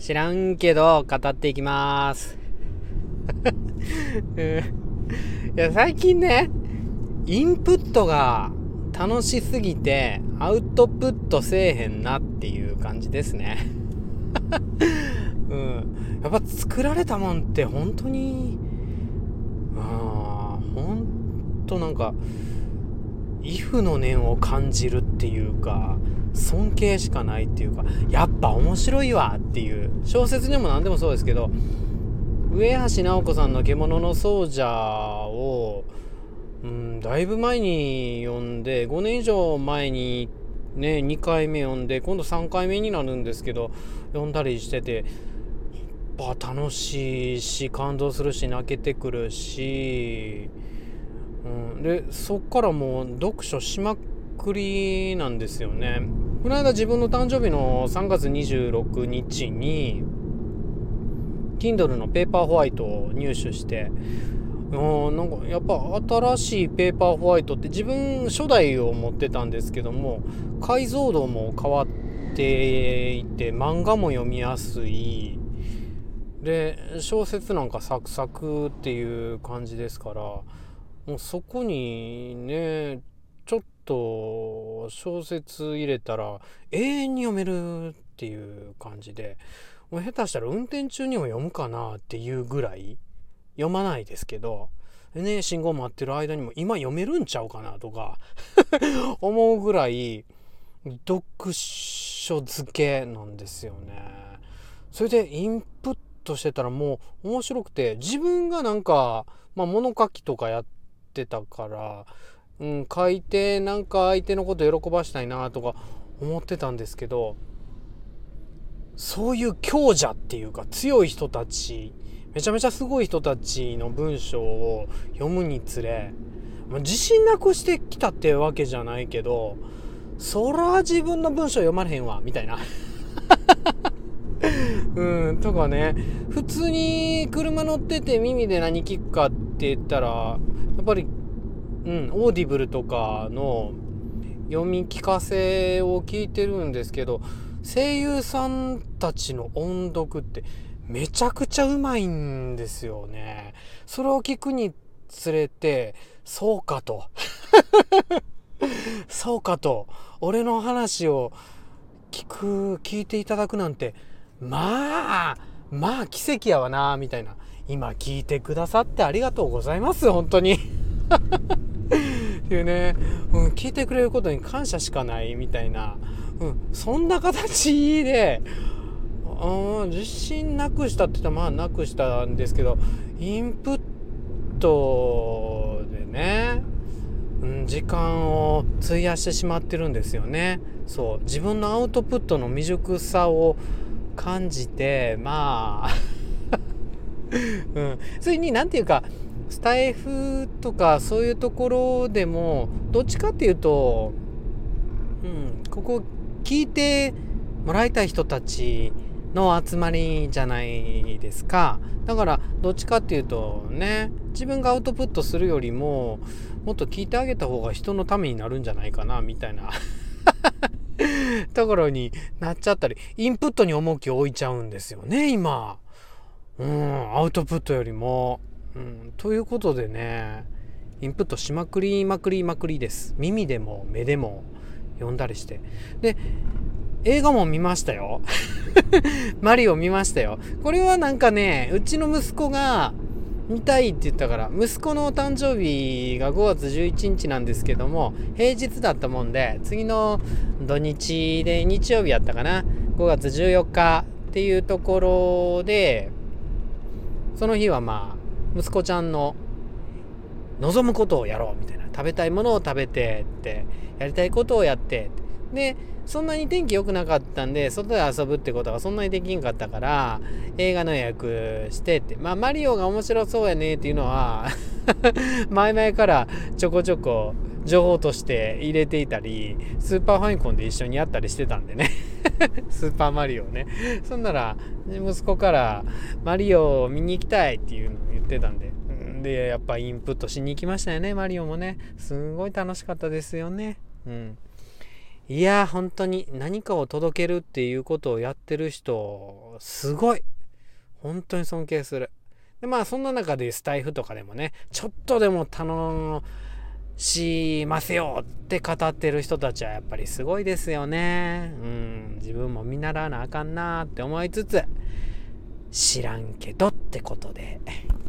知らんけど語っていきますいや最近ね、インプットが楽しすぎてアウトプットせえへんなっていう感じですねやっぱ作られたもんって本当に本当なんか畏怖の念を感じるっていうか、尊敬しかないっていうか、やっぱ面白いわっていう、小説でも何でもそうですけど、上橋直子さんの獣の奏者を、だいぶ前に読んで、5年以上前にね、2回目読んで、今度3回目になるんですけど、読んだりしてて、やっぱ楽しいし、感動するし、泣けてくるし、でそっからもう読書しまくりなんですよね。この間自分の誕生日の3月26日に Kindle のペーパーホワイトを入手して、なんかやっぱ新しいペーパーホワイトって自分初代を持ってたんですけども、解像度も変わっていて漫画も読みやすいで、小説なんかサクサクっていう感じですから、もうそこにね、ちょっと小説入れたら永遠に読めるっていう感じで、もう下手したら運転中にも読むかなっていうぐらい、読まないですけどね、信号待ってる間にも今読めるんちゃうかなとか思うぐらい読書漬けなんですよね。それでインプットしてたらもう面白くて、自分がなんか、物書きとかやってたから、書いてなんか相手のこと喜ばしたいなとか思ってたんですけど、そういう強者っていうか強い人たち、めちゃめちゃすごい人たちの文章を読むにつれ、自信なくしてきたってわけじゃないけど、そら自分の文章読まれへんわみたいなとかね、普通に車乗ってて耳で何聞くかって言ったらやっぱりオーディブルとかの読み聞かせを聞いてるんですけど、声優さんたちの音読ってめちゃくちゃうまいんですよね。それを聞くにつれて、そうかとそうかと、俺の話を聞いていただくなんて、まあ奇跡やわなみたいな。今聞いてくださってありがとうございます本当にっていうね、聞いてくれることに感謝しかないみたいな、そんな形で自信なくしたって言ったらなくしたんですけど、インプットでね、時間を費やしてしまってるんですよね。そう、自分のアウトプットの未熟さを感じて、それになんていうか、スタイフとかそういうところでもどっちかっていうと、ここ聞いてもらいたい人たちの集まりじゃないですか。だからどっちかっていうとね、自分がアウトプットするよりももっと聞いてあげた方が人のためになるんじゃないかなみたいなところになっちゃったり、インプットに重きを置いちゃうんですよね今。アウトプットよりも。ということでね、インプットしまくりです。耳でも目でも読んだりして。で、映画も見ましたよマリオ見ましたよ。これはなんかね、うちの息子が見たいって言ったから、息子の誕生日が5月11日なんですけども、平日だったもんで、次の土日で日曜日やったかな、5月14日っていうところで、その日は息子ちゃんの望むことをやろうみたいな、食べたいものを食べてって、やりたいことをやってで、そんなに天気良くなかったんで外で遊ぶってことがそんなにできんかったから、映画の予約してって、マリオが面白そうやねっていうのは前々からちょこちょこ情報として入れていたり、スーパーファミコンで一緒にやったりしてたんでねスーパーマリオね。そんなら息子からマリオを見に行きたいっていうのを言ってたんで、やっぱインプットしに行きましたよね。マリオもね、すごい楽しかったですよね。 いや本当に何かを届けるっていうことをやってる人すごい、本当に尊敬する。でまあそんな中でスタイフとかでもね、ちょっとでも楽しますよって語ってる人たちはやっぱりすごいですよね。自分も見習わなあかんなって思いつつ、知らんけどってことで